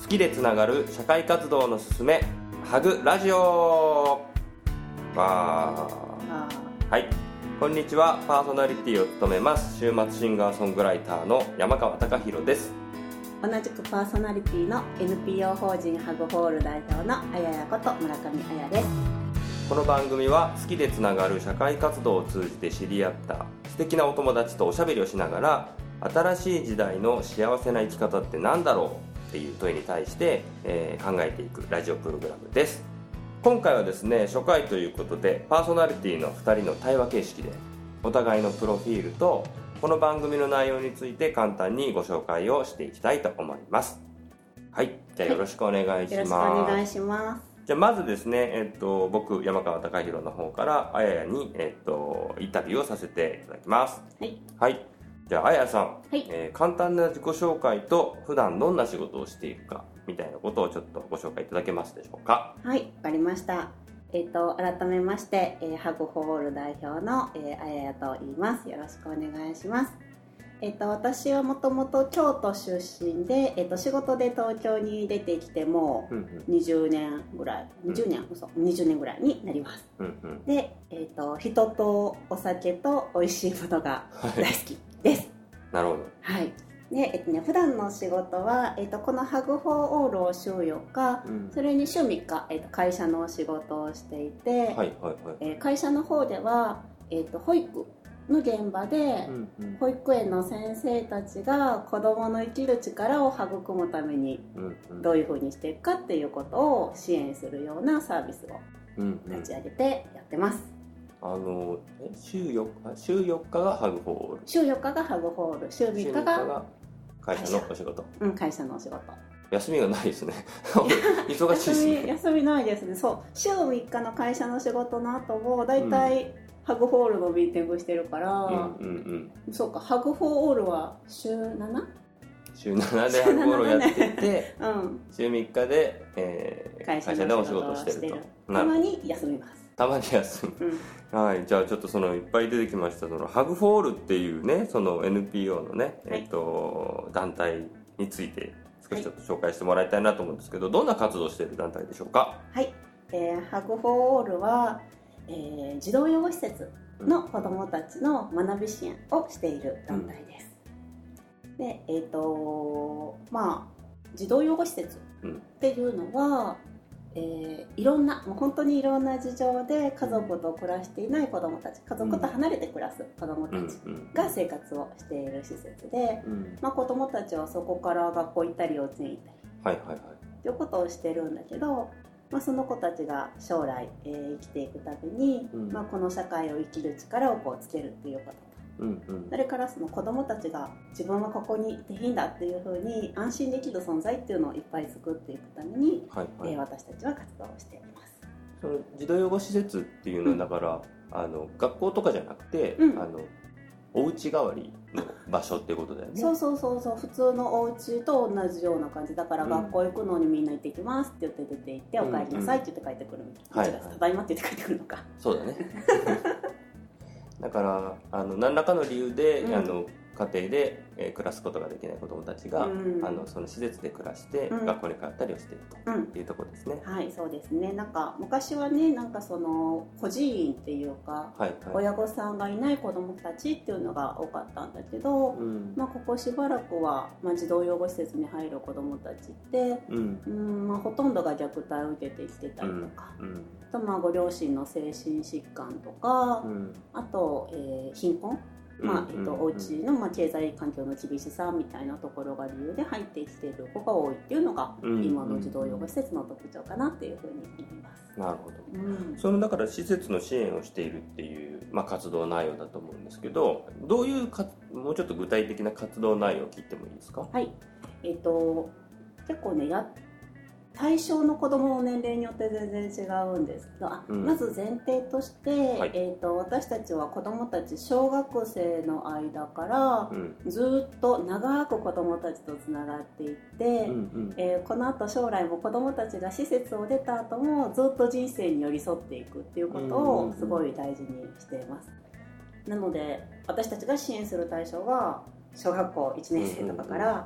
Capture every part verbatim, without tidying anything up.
きでつながる社会活動のすすめハグラジオ。わーはい、こんにちは。パーソナリティを務めます週末シンガーソングライターの山川貴博です。 同じくパーソナリティの エヌピーオー 法人ハグホール代表のあややこと村上あやです。 この番組は好きでつながる社会活動を通じて知り合った素敵なお友達とおしゃべりをしながら、新しい時代の幸せな生き方って何だろうっていう問いに対して、えー、考えていくラジオプログラムです。今回はですね、初回ということでパーソナリティのふたりの対話形式でお互いのプロフィールとこの番組の内容について簡単にご紹介をしていきたいと思います。はい、じゃあよろしくお願いします。 よろしくお願いします。 じゃあまずですね、えっと、僕山川貴博の方からあややに、えっと、インタビューをさせていただきます。 はい、 はい、じゃああやさん、 はいえー、簡単な自己紹介と普段どんな仕事をしているかみたいなことをちょっとご紹介いただけますでしょうか。 はい、わかりました。えー、と改めまして、えー、ハグホール代表の、えー、あややと言います。よろしくお願いします。えー、と私はもともと京都出身で、えー、と仕事で東京に出てきてもうにじゅうねんぐらい、うんうん、にじゅうねん、嘘、にじゅうねんぐらいになります。うんうん、で、えー、と人とお酒と美味しいものが大好きです。 なるほど。 はい。で、えっとね、普段の仕事は、えっと、このハグフォーオールを週よっか、うん、それに週みっか、えっと、会社の仕事をしていて、はいはいはい、えー、会社の方では、えっと、保育の現場で、うんうん、保育園の先生たちが子どもの生きる力を育むためにどういうふうにしていくかっていうことを支援するようなサービスを立ち上げてやってます。 あのえ週よっか、週よっかがハグフォール、 週よっかがハグフォール、週みっかが会社のお仕事。 うん、会社のお仕事。 休みがないですね。忙しいですね。 休み、休みないですね。そう、週みっかの会社の仕事の後もだいたいハグフォールのミーティングしてるから、うんうんうん、そうか、ハグフォーオールは週 なな? 週ななでハグフォールをやっていて、うん、週みっかで、えー、会社でお仕事をしてると。 たまに休みます。 たまに休む、うん、はい。じゃあちょっとそのいっぱい出てきましたそのハグフォールっていうね、その エヌピーオー のね、はい、えっと、団体について少しちょっと紹介してもらいたいなと思うんですけど、はい、どんな活動をしている団体でしょうか。 はい、えー、ハグフォーオールは、えー、児童養護施設の子どもたちの学び支援をしている団体です、うん、で、えーとまあ、児童養護施設っていうのは、えー、いろんな、もう本当にいろんな事情で家族と暮らしていない子どもたち、家族と離れて暮らす子どもたちが生活をしている施設で、うん、まあ、子どもたちはそこから学校行ったり幼稚園行ったり、はいはいはい、ということをしてるんだけど、まあ、その子たちが将来、えー、生きていくために、うん、まあ、この社会を生きる力をこうつけるっていうことと、うんうん、それからその子どもたちが自分はここにいていいんだっていうふうに安心できる存在っていうのをいっぱい作っていくために、はいはい、えー、私たちは活動をしています。 その児童養護施設っていうのはだから、うん、あの学校とかじゃなくて、うん、あのお家代わりの場所っていうことだよね。 そうそうそうそう、普通のお家と同じような感じだから、うん、学校行くのにみんな行ってきますって言って出て行って、うん、お帰りなさいって言って帰ってくるみたいな、うんうん、ただいまって言って帰ってくるのか。 そうだね。だからあの何らかの理由で、うん、あの家庭で、えー、暮らすことができない子どもたちが、うん、あのその施設で暮らして、うん、学校に通ったりをしていると、うん、いうところですね。 はい、そうですね。なんか昔はね、なんかその孤児院っていうか、はいはい、親御さんがいない子どもたちっていうのが多かったんだけど、うん、まあ、ここしばらくは、まあ、児童養護施設に入る子どもたちって、うんうん、まあ、ほとんどが虐待を受けてきてたりとか、うんうん、あとまあご両親の精神疾患とか、うん、あと、えー、貧困、まあえっと、お家の、まあ、経済環境の厳しさみたいなところが理由で入ってきている子が多いっていうのが、うん、今の児童養護施設の特徴かなっていうふうに思います。 なるほど、うん、そのだから施設の支援をしているっていう、まあ、活動内容だと思うんですけど、どういうか、もうちょっと具体的な活動内容を聞いてもいいですか。 はい、えっと、結構ね、や対象の子どもの年齢によって全然違うんですけど、あ、うん、まず前提として、はい、えーと、私たちは子どもたち小学生の間から、うん、ずっと長く子どもたちとつながっていって、うんうん、えー、この後将来も子どもたちが施設を出た後もずっと人生に寄り添っていくっていうことをすごい大事にしています。なので私たちが支援する対象は小学校いちねん生とかから、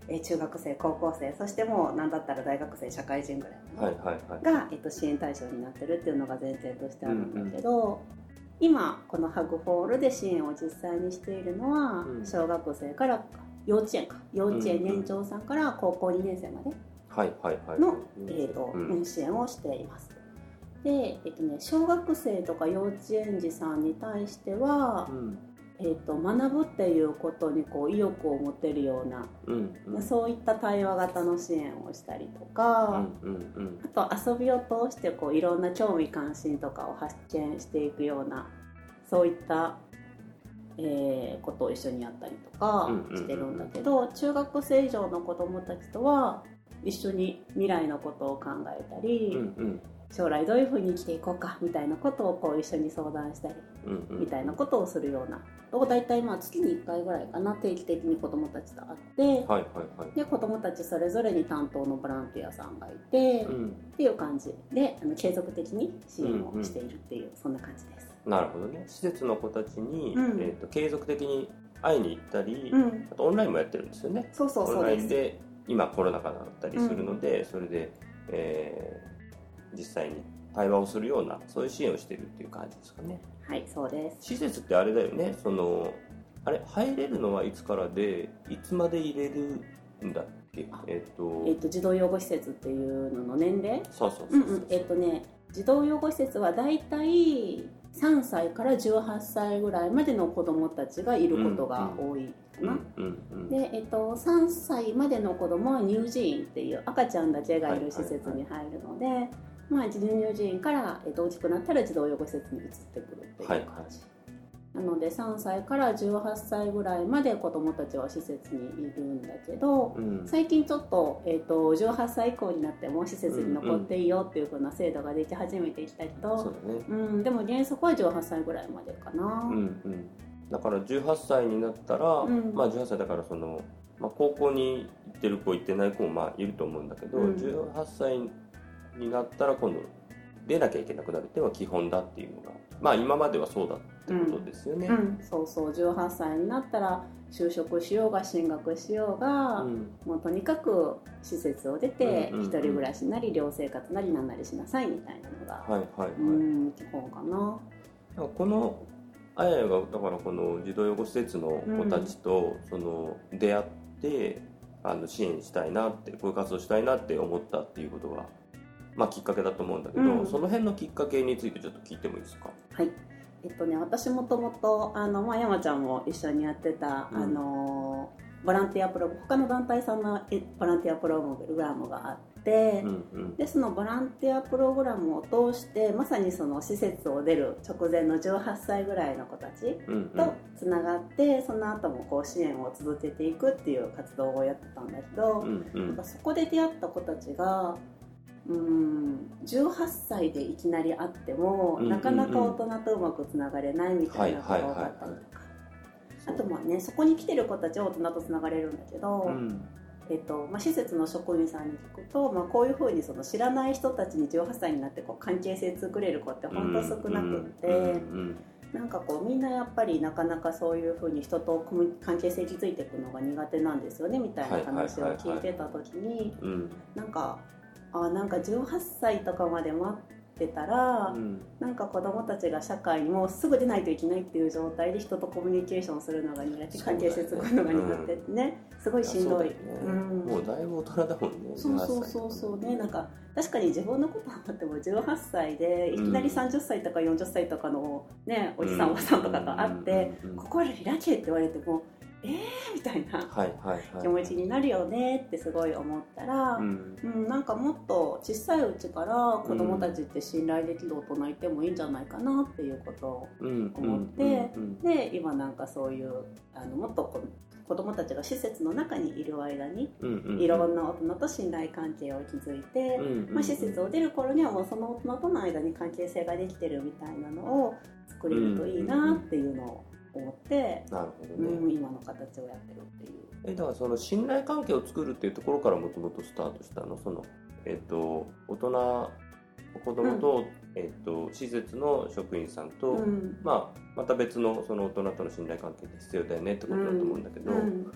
えー中学生高校生そしてもう何だったら大学生社会人ぐらいの、 はいはいはい、 が、えっと、支援対象になってるっていうのが前提としてあるんだけど、うんうん、今このハグホールで支援を実際にしているのは、うん、小学生から幼稚園か幼稚園年長さんから高校にねん生までの支援をしています。で、えっとね、小学生とか幼稚園児さんに対しては、うんえー、と学ぶっていうことにこう意欲を持てるような、うんうん、そういった対話型の支援をしたりとか、うんうんうん、あと遊びを通してこういろんな興味関心とかを発見していくようなそういった、えー、ことを一緒にやったりとかしてるんだけど、うんうんうん、中学生以上の子どもたちとは一緒に未来のことを考えたり、うんうん将来どういうふうに生きていこうかみたいなことをこう一緒に相談したりみたいなことをするようなをだいたいまあ月にいっかいぐらいかな定期的に子どもたちと会って、はいはいはい、で子どもたちそれぞれに担当のボランティアさんがいて、うん、っていう感じであの継続的に支援をしているっていう、うんうん、そんな感じです。 なるほどね。施設の子たちに、うんえー、と継続的に会いに行ったり、うん、あとオンラインもやってるんですよね。 そうそうそうです。 オンラインで今コロナ禍だったりするので、うん、それで、えー実際に対話をするようなそういう支援をしているっていう感じですかね。 はいそうです。 施設ってあれだよね、そのあれ入れるのはいつからでいつまで入れるんだっけ。えっ、ー、と,、 えー、と児童養護施設っていうのの年齢そうそうそうそう、うんうん、 えっ、ー、とね児童養護施設はだいたいさんさいからじゅうはっさいぐらいまでの子どもたちがいることが多いかな、うんうんうんうん、で、えっと、さんさいまでの子どもは乳児院っていう赤ちゃんだけがいる施設に入るので、はいはいはいまあ、乳児院から、えっと、大きくなったら児童養護施設に移ってくるっていう感じ、はいはい、なのでさんさいからじゅうはっさいぐらいまで子どもたちは施設にいるんだけど、うん、最近ちょっと、えっと、じゅうはっさい以降になっても施設に残っていいよっていう風な制度ができ始めてきたけど、うんねうん、でも原則はじゅうはっさいぐらいまでかな、うんうん、 だからじゅうはっさいになったら、うんまあ、じゅうはっさいだからその、まあ、高校に行ってる子行ってない子もまあいると思うんだけど、うん、じゅうはっさいになったら今度出なきゃいけなくなるっていうのが基本だっていうのがまあ今まではそうだってことですよね、 うんうん、そうそうじゅうはっさいになったら就職しようが進学しようが、うん、もうとにかく施設を出て一人暮らしなり寮生活なりなんなりしなさいみたいなのが、はいはいはい、うん基本かな。 このあややがだからこの児童養護施設の子たちとその出会ってあの支援したいなってこういう活動したいなって思ったっていうことが、まあ、きっかけだと思うんだけど、うん、その辺のきっかけについてちょっと聞いてもいいですか。 はいえっとね、私もともとあの、まあ、山ちゃんも一緒にやってた、うん、あのボランティアプロ他の団体さんのボランティアプログラムがあって、うんうん、でそのボランティアプログラムを通してまさにその施設を出る直前のじゅうはっさいぐらいの子たちとつながって、うんうん、その後もこう支援を続けていくっていう活動をやってたんだけど、うんうん、なんかそこで出会った子たちがうんじゅうはっさいでいきなり会っても、うんうんうん、なかなか大人とうまくつながれないみたいなことが多かったりとか、あとまあねそこに来てる子たちは大人とつながれるんだけど、うんえっとまあ、施設の職員さんに聞くと、まあ、こういうふうにその知らない人たちにじゅうはっさいになってこう関係性作れる子って本当少なくって、うんうんうん、なんかこうみんなやっぱりなかなかそういうふうに人と関係性築いていくのが苦手なんですよねみたいな話を聞いてた時に、なんかあなんかじゅうはっさいとかまで待ってたら、うん、なんか子どもたちが社会にもうすぐ出ないといけないっていう状態で人とコミュニケーションするのが苦手、関係性作るのが苦手ってね、うん、すごいしんどい、ねうん、 もうだいぶ大人だもんね。 そうそうそうそうね、なんか確かに自分のことになってもじゅうはっさいでいきなりさんじゅっさいとかよんじゅっさいとかの、ね、おじさんおばさんとかがあって、うん、心開けって言われてもえーみたいな気持ちになるよねってすごい思ったら、うんうん、なんかもっと小さいうちから子どもたちって信頼できる大人いてもいいんじゃないかなっていうことを思って、で今なんかそういうあのもっとこ子どもたちが施設の中にいる間に、うんうんうん、いろんな大人と信頼関係を築いて、うんうんうんまあ、施設を出る頃にはもうその大人との間に関係性ができてるみたいなのを作れるといいなっていうのを思って、 なるほどね、 うん、今の形をやってるっていう。 えだからその信頼関係を作るっていうところからもともとスタートしたの。その、えっと、大人子供と、うんえっと、施設の職員さんと、うんまあ、また別のその大人との信頼関係って必要だよねってことだと思うんだけど、うんうん、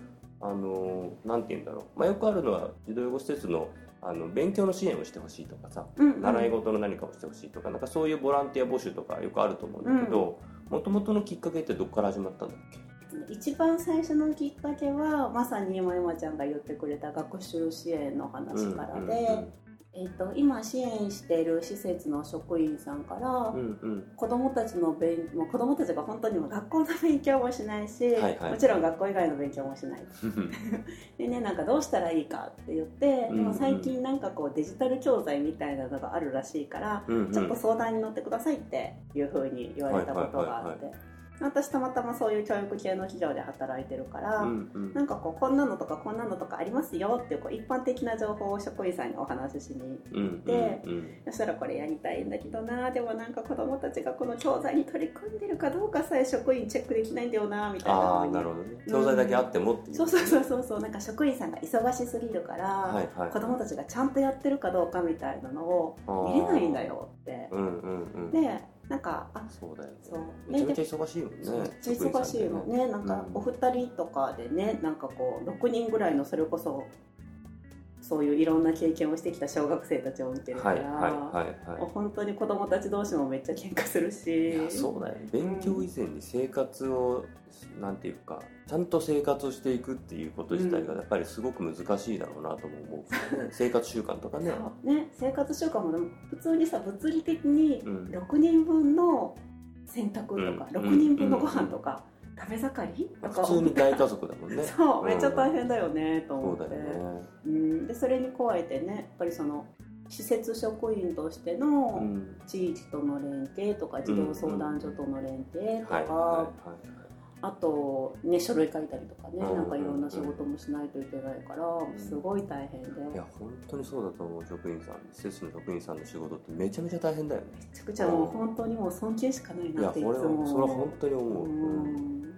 あのなんて言うんだろう、まあ、よくあるのは児童養護施設のあの勉強の支援をしてほしいとかさ、うんうん、習い事の何かをしてほしいとか、なんかそういうボランティア募集とかよくあると思うんだけど、もともとのきっかけってどこから始まったんだっけ？一番最初のきっかけはまさに今山ちゃんが言ってくれた学習支援の話からで、うんうんうん、えー、と今支援している施設の職員さんから、うんうん、子どもたちの勉もう子どもたちが本当に学校の勉強もしないし、はいはい、もちろん学校以外の勉強もしないでね、なんかどうしたらいいかって言って、うんうん、でも最近なんかこうデジタル教材みたいなのがあるらしいから、うんうん、ちょっと相談に乗ってくださいっていうふうに言われたことがあって、はいはいはいはい、私たまたまそういう教育系の企業で働いてるから、うんうん、なんかこうこんなのとかこんなのとかありますよっていう、こう一般的な情報を職員さんにお話ししに行って、うんうんうん、そしたらこれやりたいんだけどな、でもなんか子どもたちがこの教材に取り組んでるかどうかさえ職員チェックできないんだよなみたいな。 あー、なるほどね、教材だけあってもっていう、 うん、そうそうそうそう、なんか職員さんが忙しすぎるから、はいはい、子どもたちがちゃんとやってるかどうかみたいなのを見れないんだよって、うんうんうん、でなんかあそうだよね、 そうめちゃめちゃ忙しいもんね。 めっちゃ忙しいのね。なんかお二人とかでね、なんかこうろくにんぐらいのそれこそそういういろんな経験をしてきた小学生たちを見てるから、はいはいはいはい、本当に子供たち同士もめっちゃ喧嘩するし。 いやそうだよね、勉強以前に生活を、うん、なんていうかちゃんと生活をしていくっていうこと自体がやっぱりすごく難しいだろうなとも思う、ね、生活習慣とかね。 ね、生活習慣もでも普通にさ物理的にろくにんぶんの洗濯とか、うん、ろくにんぶんのご飯とか、うんうん、食べ盛りとか普通に大家族だもんねそう、めっちゃ大変だよねと思って、 そうだよね、 うん、でそれに加えてね、やっぱりその施設職員としての地域との連携とか、児童相談所との連携とか、あと、ね、書類書いたりとかね、うん、なんかいろんな仕事もしないといけないから、うん、すごい大変で。 いや本当にそうだと思う。職員さん、施設の職員さんの仕事ってめちゃめちゃ大変だよね。 めちゃくちゃもう本当にもう尊敬しかないなっていつも。 いや、俺はそれは本当に思う。うん、